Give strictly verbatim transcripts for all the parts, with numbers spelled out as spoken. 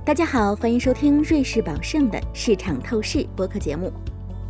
大家好，欢迎收听瑞士宝盛的市场透视播客节目。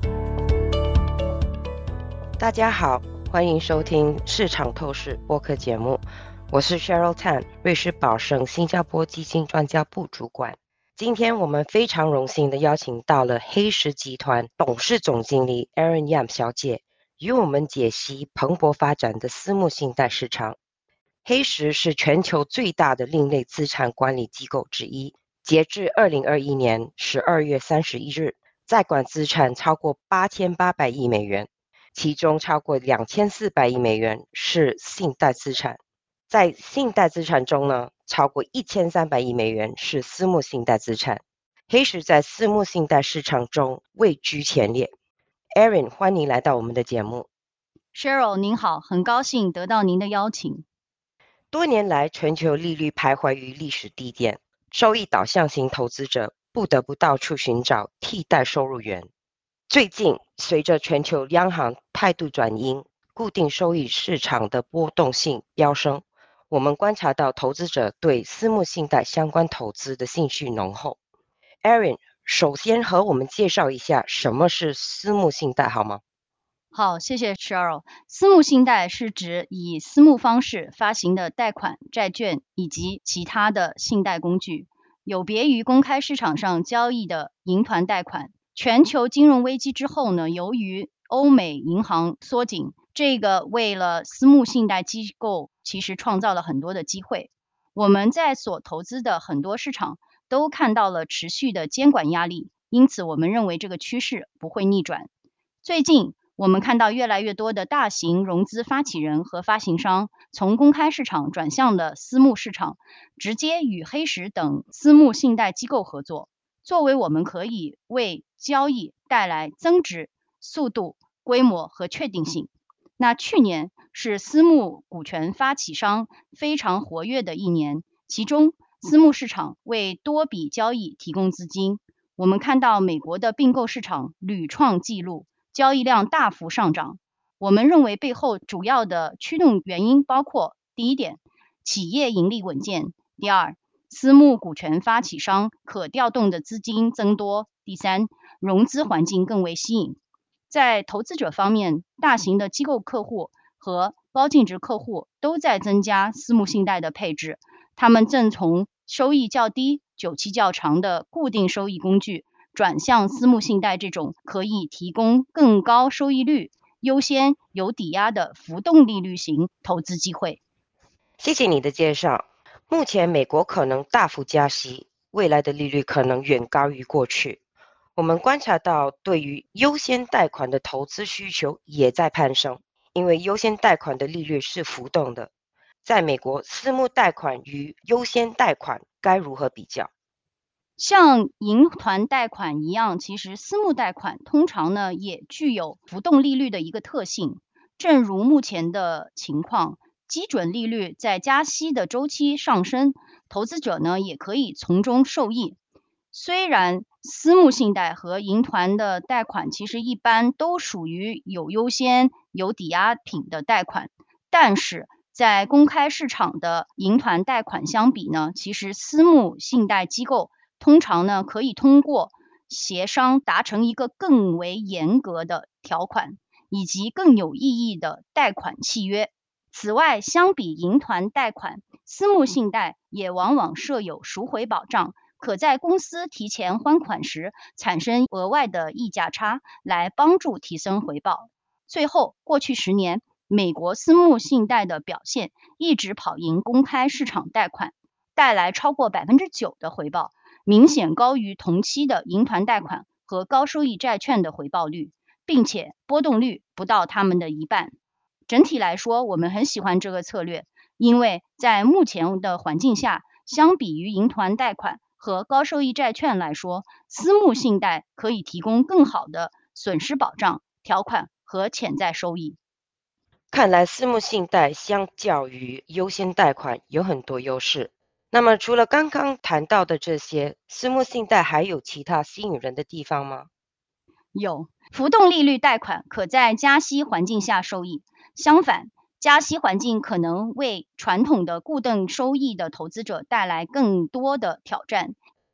大家好，欢迎收听市场透视播客节目，我是 Cheryl Tan， 瑞士宝盛新加坡基金专家部主管。今天我们非常荣幸的邀请到了黑石集团董事总经理 Erin Yam 小姐，与我们解析蓬勃发展的私募信贷市场。黑石是全球最大的另类资产管理机构之一，截至二零二一年十二月三十一日，在管资产超过八千八百亿美元，其中超过两千四百亿美元是信贷资产。在信贷资产中呢，超过一千三百亿美元是私募信贷资产。黑石在私募信贷市场中位居前列。Erin， 欢迎来到我们的节目。 Cheryl， 您好，很高兴得到您的邀请。 多年来，全球利率徘徊于历史低点，收益导向型投资者不得不到处寻找替代收入源。最近，随着全球央行态度转阴，固定收益市场的波动性飙升，我们观察到投资者对私募信贷相关投资的兴趣浓厚。Erin， 首先和我们介绍一下什么是私募信贷好吗？ 好，谢谢 Cheryl。私募信贷是指以私募方式发行的贷款、债券以及其他的信贷工具，有别于公开市场上交易的银团贷款。全球金融危机之后呢，由于欧美银行缩紧，这个为了私募信贷机构其实创造了很多的机会。我们在所投资的很多市场都看到了持续的监管压力，因此我们认为这个趋势不会逆转。最近我们看到越来越多的大型融资发起人和发行商从公开市场转向了私募市场，直接与黑石等私募信贷机构合作，作为我们可以为交易带来增值、速度、规模和确定性。那去年是私募股权发起商非常活跃的一年，其中私募市场为多笔交易提供资金。我们看到美国的并购市场屡创纪录，交易量大幅上涨。我们认为背后主要的驱动原因包括：第一点，企业盈利稳健；第二，私募股权发起商可调动的资金增多；第三，融资环境更为吸引。在投资者方面，大型的机构客户和高净值客户都在增加私募信贷的配置，他们正从收益较低、久期较长的固定收益工具转向私募信贷这种可以提供更高收益率、优先有抵押的浮动利率型投资机会。 谢谢你的介绍。目前美国可能大幅加息，未来的利率可能远高于过去。我们观察到对于优先贷款的投资需求也在攀升，因为优先贷款的利率是浮动的。在美国，私募贷款与优先贷款该如何比较？ 像银团贷款一样，其实私募贷款通常呢也具有浮动利率的一个特性。正如目前的情况，基准利率在加息的周期上升，投资者呢也可以从中受益。虽然私募信贷和银团的贷款其实一般都属于有优先、有抵押品的贷款，但是在公开市场的银团贷款相比呢，其实私募信贷机构通常呢可以通过协商达成一个更为严格的条款，以及更有意义的贷款契约。此外，相比银团贷款，私募信贷也往往设有赎回保障，可在公司提前还款时产生额外的溢价差，来帮助提升回报。最后，过去十年，美国私募信贷的表现一直跑赢公开市场贷款，带来超过 百分之九 的回报，明显高于同期的银团贷款和高收益债券的回报率，并且波动率不到它们的一半。整体来说，我们很喜欢这个策略，因为在目前的环境下，相比于银团贷款和高收益债券来说，私募信贷可以提供更好的损失保障、条款和潜在收益。 看来私募信贷相较于优先贷款有很多优势。那么除了刚刚谈到的这些，私募信贷还有其他吸引人的地方吗？ 有，浮动利率贷款可在加息环境下收益，相反，加息环境可能为传统的固定收益的投资者带来更多的挑战，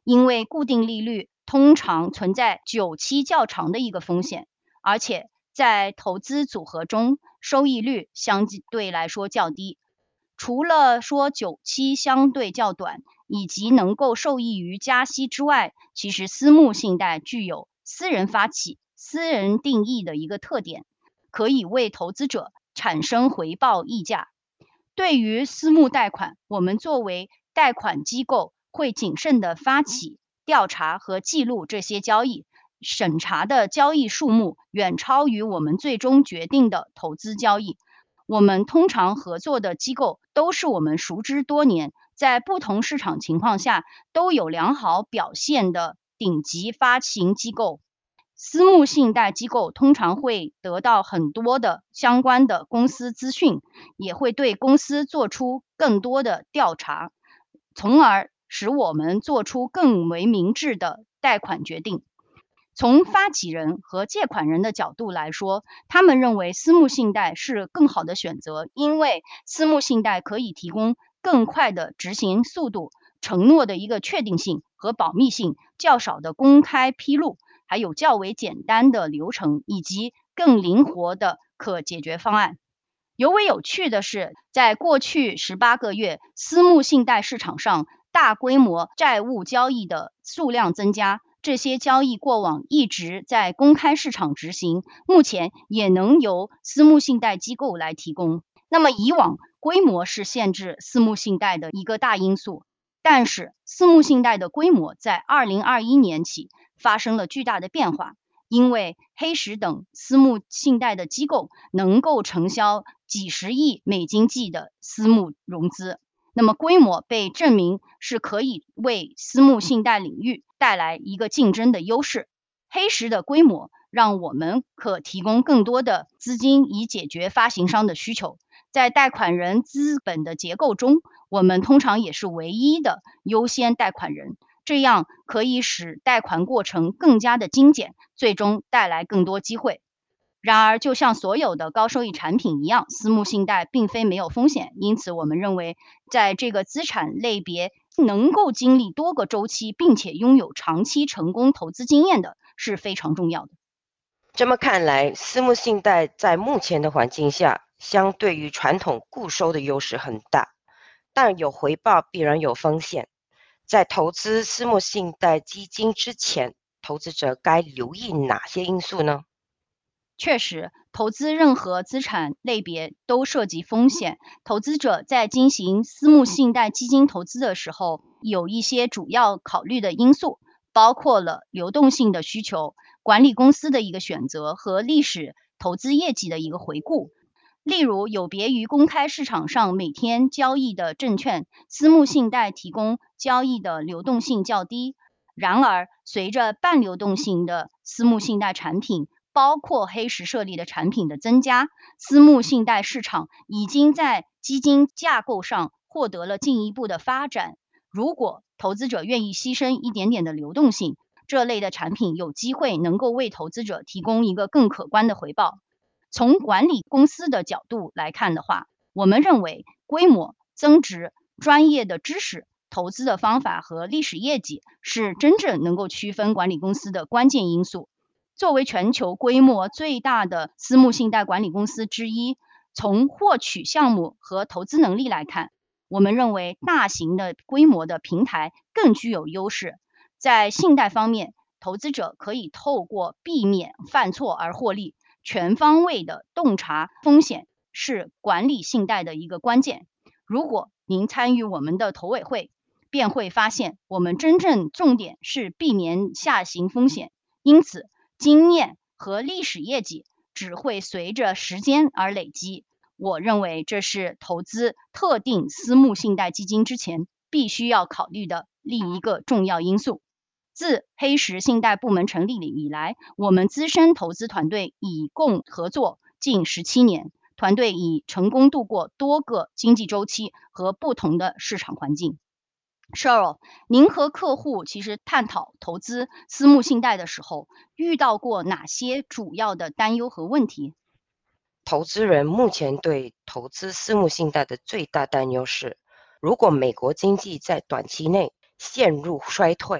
因为固定利率通常存在久期较长的一个风险，而且在投资组合中收益率相对来说较低。除了说久期相对较短，以及能够受益于加息之外，其实私募信贷具有私人发起、私人定义的一个特点，可以为投资者产生回报溢价。对于私募贷款，我们作为贷款机构会谨慎地发起、调查和记录这些交易，审查的交易数目远超于我们最终决定的投资交易。我们通常合作的机构都是我们熟知多年，在不同市场情况下都有良好表现的顶级发行机构。私募信贷机构通常会得到很多的相关的公司资讯，也会对公司做出更多的调查，从而使我们做出更为明智的贷款决定。从发起人和借款人的角度来说，他们认为私募信贷是更好的选择，因为私募信贷可以提供更快的执行速度、承诺的一个确定性和保密性、较少的公开披露，还有较为简单的流程，以及更灵活的可解决方案。尤为有趣的是，在过去十八个月，私募信贷市场上大规模债务交易的数量增加，这些交易过往一直在公开市场执行，目前也能由私募信贷机构来提供。那么以往规模是限制私募信贷的一个大因素，但是私募信贷的规模在二零二一年起发生了巨大的变化，因为黑石等私募信贷的机构能够承销几十亿美金计的私募融资，那么规模被证明是可以为私募信贷领域带来一个竞争的优势。黑石的规模让我们可提供更多的资金以解决发行商的需求。在贷款人资本的结构中，我们通常也是唯一的优先贷款人，这样可以使贷款过程更加的精简，最终带来更多机会。然而，就像所有的高收益产品一样，私募信贷并非没有风险，因此我们认为在这个资产类别能够经历多个周期，并且拥有长期成功投资经验的是非常重要的。 这么看来，私募信贷在目前的环境下，相对于传统固收的优势很大，但有回报必然有风险。在投资私募信贷基金之前，投资者该留意哪些因素呢？ 确实，投资任何资产类别都涉及风险。投资者在进行私募信贷基金投资的时候，有一些主要考虑的因素，包括了流动性的需求、管理公司的一个选择和历史投资业绩的一个回顾。例如，有别于公开市场上每天交易的证券，私募信贷提供交易的流动性较低。然而，随着半流动性的私募信贷产品，包括黑石设立的产品的增加，私募信贷市场已经在基金架构上获得了进一步的发展。如果投资者愿意牺牲一点点的流动性，这类的产品有机会能够为投资者提供一个更可观的回报。从管理公司的角度来看的话，我们认为规模、增值、专业的知识、投资的方法和历史业绩是真正能够区分管理公司的关键因素。作为全球规模最大的私募信贷管理公司之一，从获取项目和投资能力来看，我们认为大型的规模的平台更具有优势。在信贷方面，投资者可以透过避免犯错而获利，全方位的洞察风险是管理信贷的一个关键。如果您参与我们的投委会，便会发现我们真正重点是避免下行风险，因此经验和历史业绩只会随着时间而累积。我认为这是投资特定私募信贷基金之前必须要考虑的另一个重要因素。自黑石信贷部门成立以来，我们资深投资团队已共合作近十七年，团队已成功度过多个经济周期和不同的市场环境。Cheryl， 您和客户其实探讨投资私募信贷的时候，遇到过哪些主要的担忧和问题？ 投资人目前对投资私募信贷的最大担忧是，如果美国经济在短期内陷入衰退，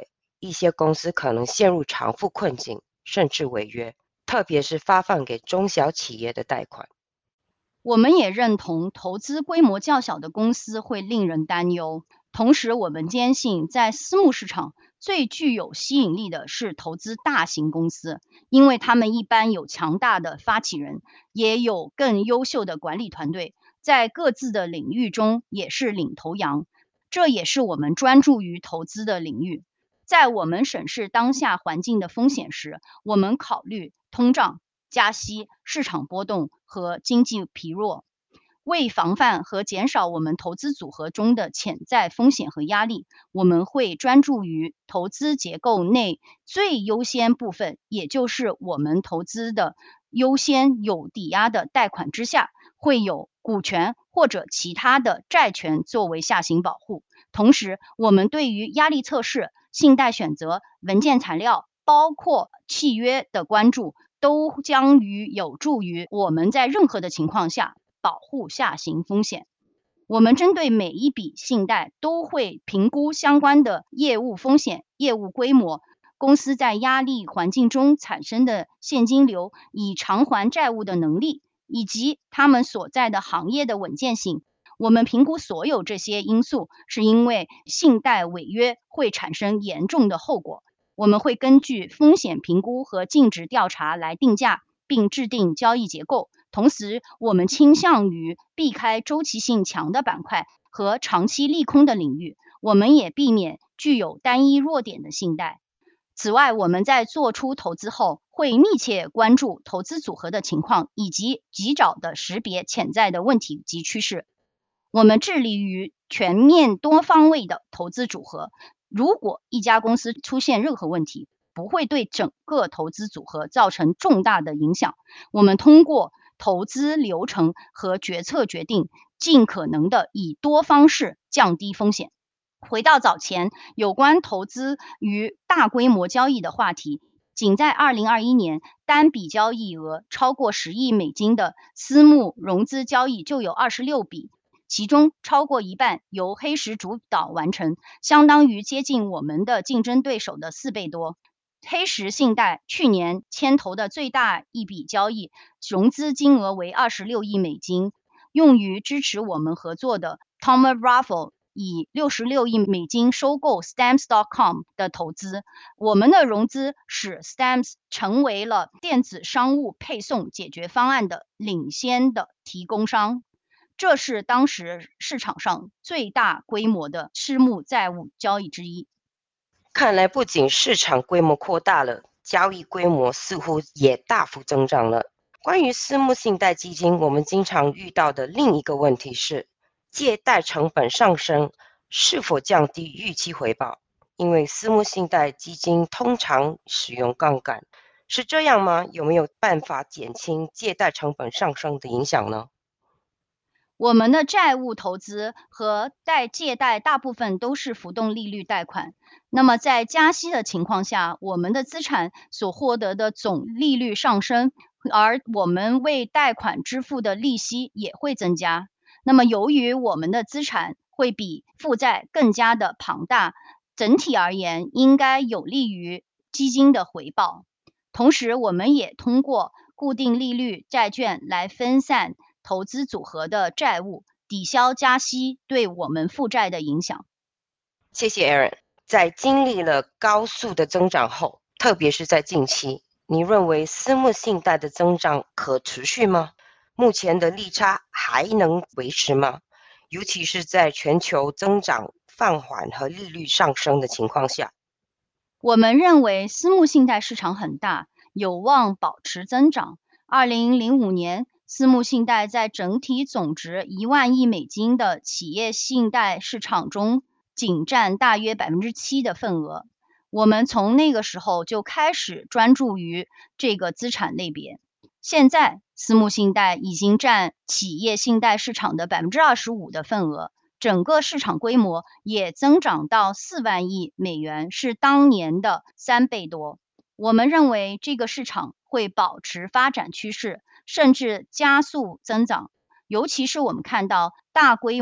一些公司可能陷入偿付困境，甚至违约，特别是发放给中小企业的贷款。 我们也认同投资规模较小的公司会令人担忧，同时我们坚信在私募市场最具有吸引力的是投资大型公司，因为他们一般有强大的发起人，也有更优秀的管理团队，在各自的领域中也是领头羊，这也是我们专注于投资的领域。在我们审视当下环境的风险时，我们考虑通胀、加息、市场波动和经济疲弱。为防范和减少我们投资组合中的潜在风险和压力，我们会专注于投资结构内最优先部分，也就是我们投资的优先有抵押的贷款之下，会有股权或者其他的债权作为下行保护。同时，我们对于压力测试、信贷选择、文件材料，包括契约的关注，都将于有助于我们在任何的情况下保护下行风险。我们针对每一笔信贷都会评估相关的业务风险、业务规模、公司在压力环境中产生的现金流以偿还债务的能力，以及他们所在的行业的稳健性。我们评估所有这些因素，是因为信贷违约会产生严重的后果。我们会根据风险评估和尽职调查来定价，并制定交易结构。同时，我们倾向于避开周期性强的板块和长期利空的领域。我们也避免具有单一弱点的信贷。此外，我们在做出投资后，会密切关注投资组合的情况，以及及早的识别潜在的问题及趋势。我们致力于全面多方位的投资组合。如果一家公司出现任何问题，不会对整个投资组合造成重大的影响。我们通过投资流程和决策决定，尽可能的以多方式降低风险。回到早前有关投资与大规模交易的话题，仅在二零二一年，单笔交易额超过十亿美金的私募融资交易就有二十六笔，其中超过一半由黑石主导完成，相当于接近我们的竞争对手的四倍多。黑石信贷去年牵头的最大一笔交易，融资金额为二十六亿美金，用于支持我们合作的 Thoma Bravo 以六十六亿美金收购 Stamps 点 com 的投资。我们的融资使 Stamps 成为了电子商务配送解决方案的领先的提供商。这是当时市场上最大规模的私募债务交易之一。 看来不仅市场规模扩大了，交易规模似乎也大幅增长了。关于私募信贷基金，我们经常遇到的另一个问题是，借贷成本上升是否降低预期回报？因为私募信贷基金通常使用杠杆，是这样吗？有没有办法减轻借贷成本上升的影响呢？ 我们的债务投资和贷借贷大部分都是浮动利率贷款。那么在加息的情况下，我们的资产所获得的总利率上升，而我们为贷款支付的利息也会增加。那么由于我们的资产会比负债更加的庞大，整体而言应该有利于基金的回报。同时，我们也通过固定利率债券来分散投资组合的债务，抵消加息对我们负债的影响。 谢谢 Aaron。在经历了高速的增长后，特别是在近期，你认为私募信贷的增长可持续吗？目前的利差还能维持吗？尤其是在全球增长放缓和利率上升的情况下。 我们认为私募信贷市场很大，有望保持增长。二零零五年，私募信贷在整体总值一万亿美金的企业信贷市场中，仅占大约百分之七的份额。我们从那个时候就开始专注于这个资产类别。现在，私募信贷已经占企业信贷市场的百分之二十五的份额。整个市场规模也增长到四万亿美元，是当年的三倍多。我们认为这个市场会保持发展趋势，甚至加速增长。尤其是我们看到大规模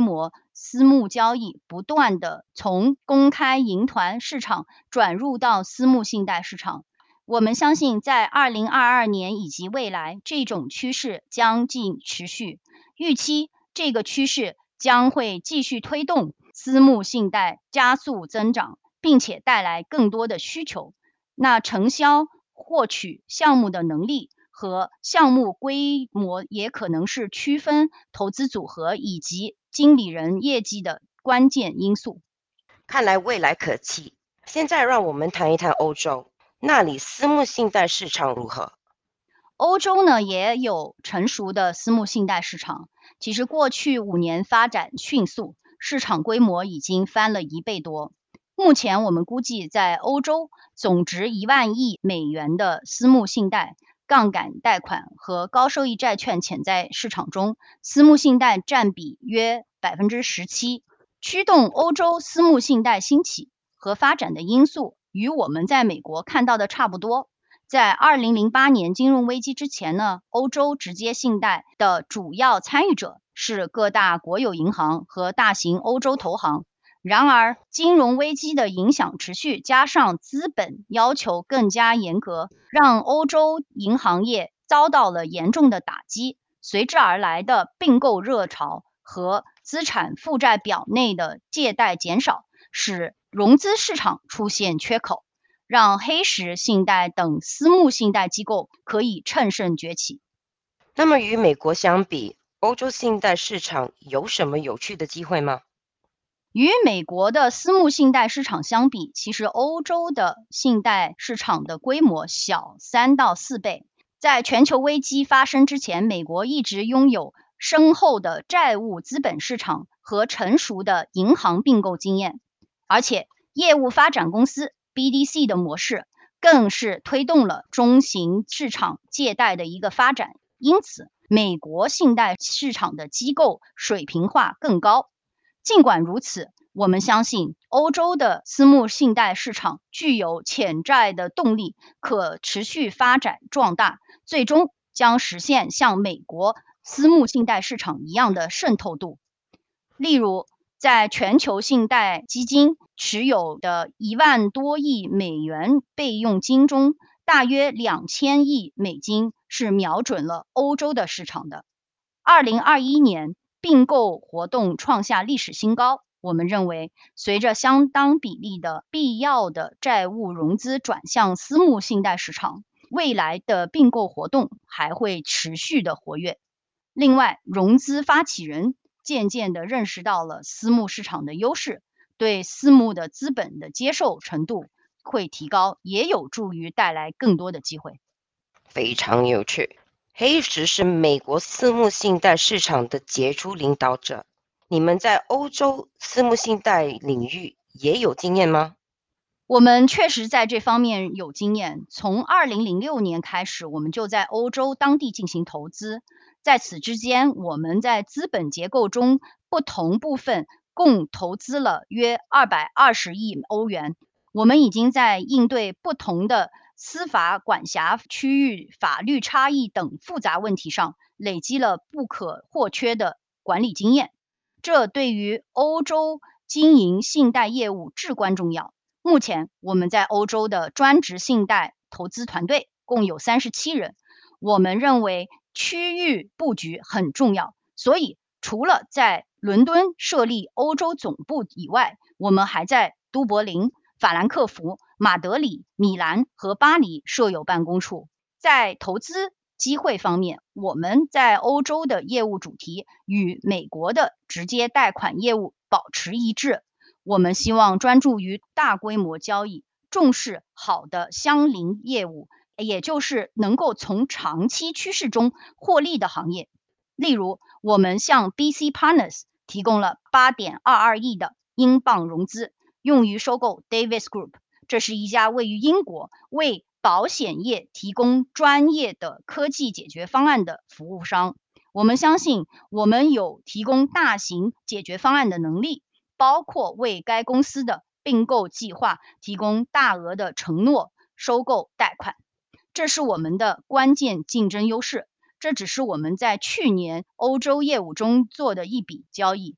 私募交易不断的从公开银团市场转入到私募信贷市场。我们相信在二零二二年以及未来，这种趋势将继持续，预期这个趋势将会继续推动私募信贷加速增长，并且带来更多的需求。那承销获取项目的能力和项目规模也可能是区分投资组合以及经理人业绩的关键因素。 看来未来可期。现在让我们谈一谈欧洲，那里私募信贷市场如何？ 欧洲呢也有成熟的私募信贷市场，其实过去五年发展迅速，市场规模已经翻了一倍多。目前我们估计在欧洲总值一万亿美元的私募信贷、杠杆贷款和高收益债券潜在市场中，私募信贷占比约 百分之十七。驱动欧洲私募信贷兴起和发展的因素与我们在美国看到的差不多。在二零零八年金融危机之前呢，欧洲直接信贷的主要参与者是各大国有银行和大型欧洲投行。然而，金融危机的影响持续，加上资本要求更加严格，让欧洲银行业遭到了严重的打击。随之而来的并购热潮和资产负债表内的借贷减少，使融资市场出现缺口，让黑石信贷等私募信贷机构可以乘胜崛起。 那么与美国相比，欧洲信贷市场有什么有趣的机会吗？ 与美国的私募信贷市场相比，其实欧洲的信贷市场的规模小三到四倍。在全球危机发生之前，美国一直拥有深厚的债务资本市场和成熟的银行并购经验，而且业务发展公司 B D C 的模式更是推动了中型市场借贷的一个发展。因此，美国信贷市场的机构水平化更高。尽管如此，我们相信欧洲的私募信贷市场具有潜在的动力，可持续发展壮大，最终将实现像美国私募信贷市场一样的渗透度。例如，在全球信贷基金持有的一万多亿美元备用金中，大约两千亿美金是瞄准了欧洲的市场的。二零二一年并购活动创下历史新高。我们认为，随着相当比例的必要的债务融资转向私募信贷市场，未来的并购活动还会持续的活跃。另外，融资发起人渐渐地认识到了私募市场的优势，对私募的资本的接受程度会提高，也有助于带来更多的机会。 非常有趣。黑石是美国私募信贷市场的杰出领导者，你们在欧洲私募信贷领域也有经验吗？ 我们确实在这方面有经验。从二零零六年开始，我们就在欧洲当地进行投资。在此之间，我们在资本结构中不同部分共投资了约二百二十亿欧元。我们已经在应对不同的司法管辖区域法律差异等复杂问题上累积了不可或缺的管理经验，这对于欧洲经营信贷业务至关重要。目前我们在欧洲的专职信贷投资团队共有三十七人。我们认为区域布局很重要，所以除了在伦敦设立欧洲总部以外，我们还在都柏林、法兰克福、马德里、米兰和巴黎设有办公处。在投资机会方面，我们在欧洲的业务主题与美国的直接贷款业务保持一致。我们希望专注于大规模交易，重视好的相邻业务，也就是能够从长期趋势中获利的行业。例如，我们向 B C Partners 提供了 八点二二亿的英镑融资，用于收购 Davis Group。这是一家位于英国，为保险业提供专业的科技解决方案的服务商。我们相信我们有提供大型解决方案的能力，包括为该公司的并购计划提供大额的承诺收购贷款。这是我们的关键竞争优势。这只是我们在去年欧洲业务中做的一笔交易。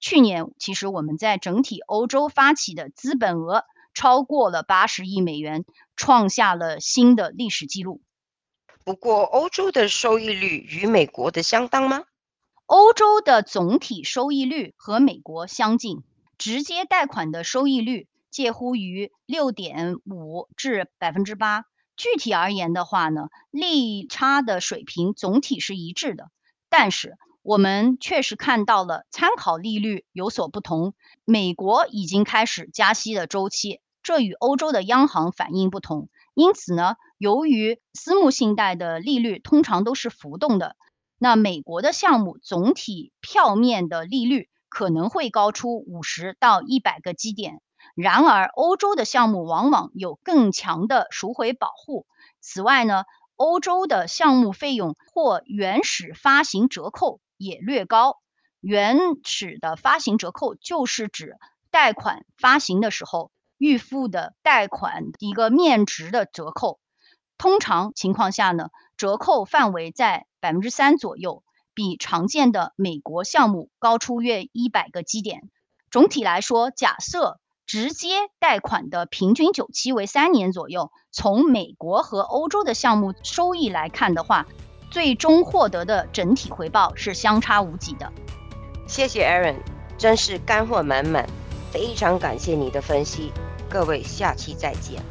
去年其实我们在整体欧洲发起的资本额超过了八十亿美元，创下了新的历史记录。 不过，欧洲的收益率与美国的相当吗？ 欧洲的总体收益率和美国相近，直接贷款的收益率介乎于 六点五 至 百分之八。具体而言的话呢，利差的水平总体是一致的，但是我们确实看到了参考利率有所不同。美国已经开始加息的周期，这与欧洲的央行反应不同。因此呢，由于私募信贷的利率通常都是浮动的，那美国的项目总体票面的利率可能会高出五十到一百个基点。然而，欧洲的项目往往有更强的赎回保护。此外呢，欧洲的项目费用或原始发行折扣也略高。原始的发行折扣就是指贷款发行的时候预付的贷款一个面值的折扣。通常情况下呢，折扣范围在 百分之三 左右，比常见的美国项目高出约一百个基点。总体来说，假设直接贷款的平均久期为三年左右，从美国和欧洲的项目收益来看的话，最终获得的整体回报是相差无几的。 谢谢 Aaron， 真是干货满满，非常感谢你的分析。各位，下期再见。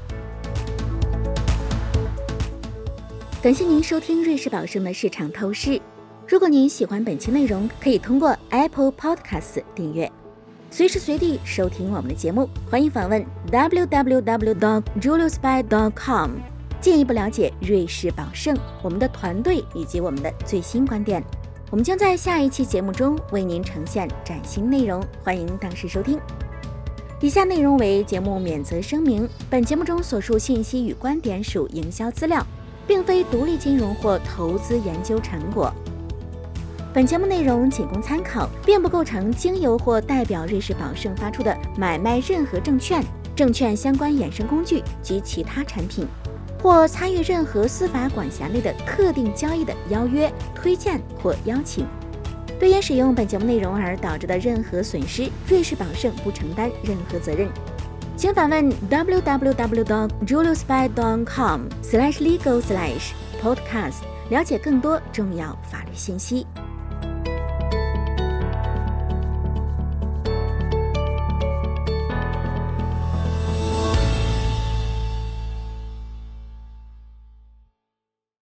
感谢您收听瑞士宝盛的市场透视。如果您喜欢本期内容，可以通过 Apple Podcast 订阅，随时随地收听我们的节目。欢迎访问 double-u double-u double-u 点 julius bae 点 com， 进一步了解瑞士宝盛、我们的团队以及我们的最新观点。我们将在下一期节目中为您呈现崭新内容，欢迎当时收听。以下内容为节目免责声明，本节目中所述信息与观点属营销资料，并非独立金融或投资研究成果。本节目内容仅供参考，并不构成经由或代表瑞士宝盛发出的买卖任何证券、证券相关衍生工具及其他产品，或参与任何司法管辖内的特定交易的邀约、推荐或邀请。对因使用本节目内容而导致的任何损失，瑞士宝盛不承担任何责任。请访问 double-u double-u double-u 点 julius bae 点 com slash legal slash podcast 了解更多重要法律信息。